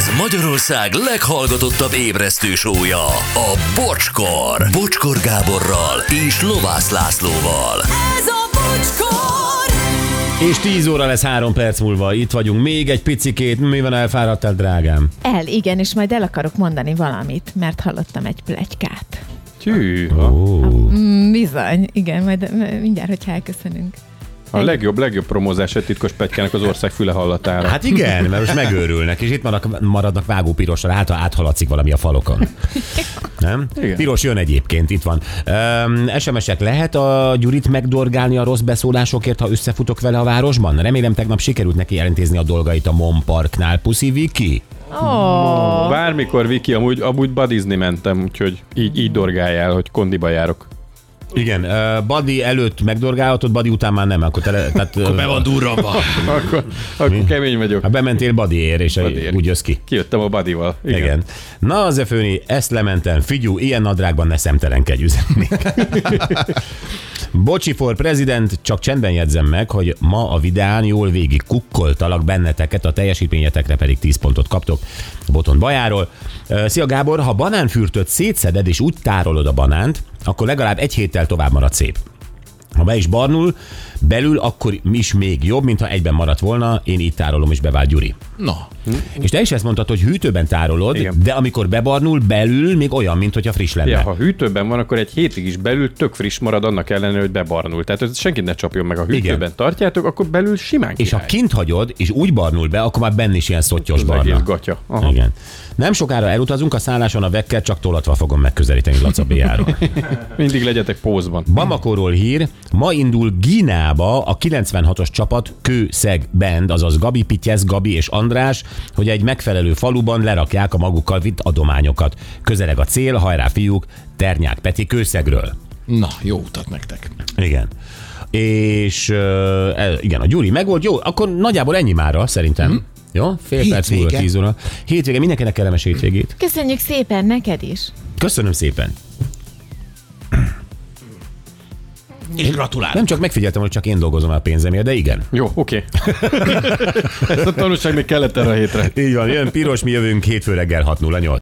Ez Magyarország leghallgatottabb ébresztő show-ja, a Bocskor. Bocskor Gáborral és Lovász Lászlóval. Ez a Bocskor! És 10 óra lesz 3 perc múlva. Itt vagyunk még egy picikét. Mi van, elfáradtál, drágám? Igen, és majd el akarok mondani valamit, mert hallottam egy pletykát. Hű, Bizony, igen, majd mindjárt, hogyha elköszönünk. a legjobb promózás egy titkos pletykának az ország füle hallatára. Hát igen, mert most megőrülnek, és itt maradnak vágópirosra, hát ha áthaladszik valami a falokon. Nem? Igen. Piros jön egyébként, itt van. SMS-ek, lehet a Gyurit megdorgálni a rossz beszólásokért, ha összefutok vele a városban? Remélem tegnap sikerült neki elintézni a dolgait a Mon Parknál. Puszi Viki? Bármikor, Viki, amúgy badizni mentem, úgyhogy így dorgáljál, hogy kondiba járok. Igen, Badi előtt megdorgálhatod, Badi után már nem. Akkor Be van durranva. Akkor kemény vagyok. Ha bementél Badiért, és Badiért. úgy jössz ki. Kijöttem a Badival. Igen. Na, az Efőni, ezt lementem. Figyú, ilyen nadrágban ne szemtelenkedj üzenni. Bocsi for president, csak csendben jegyzem meg, hogy ma a videán jól végig kukkoltalak benneteket, a teljesítményetekre pedig 10 pontot kaptok a Boton Bajáról. Szia Gábor, ha banánfürtöt szétszeded és úgy tárolod a banánt, akkor legalább egy héttel tovább marad szép. Ha be is barnul, belül akkor is még jobb, mintha egyben maradt volna, én így tárolom, és bevált Gyuri. Na, És te is ezt mondtad, hogy hűtőben tárolod, Igen. de amikor bebarnul, belül még olyan, mintha friss lenne. Ja, ha hűtőben van, akkor egy hétig is belül tök friss marad annak ellenére, hogy bebarnul. Tehát ez senkit ne csapjon meg, ha hűtőben Igen. tartjátok, akkor belül simán És ha király. kint hagyod, és úgy barnul be, akkor már benne is ilyen szottyos Az egész barna. gatya. Aha. Igen. Nem sokára elutazunk, a szálláson a Vekker csak tolatva fogom megközelíteni Laca B-járól. Mindig legyetek pózban. Bamakóról hír, ma indul Gínába a 96-os csapat Kőszeg Band, azaz Gabi, Pityesz, Gabi és András, hogy egy megfelelő faluban lerakják a magukkal vitt adományokat. Közeleg a cél, hajrá fiúk, Ternyák Peti Kőszegről. na, jó utat nektek. Igen. És igen, a Gyuri megvolt, jó, akkor nagyjából ennyi mára szerintem. Jó? Fél perc múlva, Hétvége. 10 óra. Hétvége, mindenkinek kellemes hétvégét. Köszönjük szépen neked is. Köszönöm szépen. És gratulálok. Nem csak megfigyeltem, hogy csak én dolgozom a pénzemért, de igen. Jó, oké. Ezt a tanulság még kellett erre a hétre. Így van, jön Piros, mi jövünk hétfő reggel 6:08.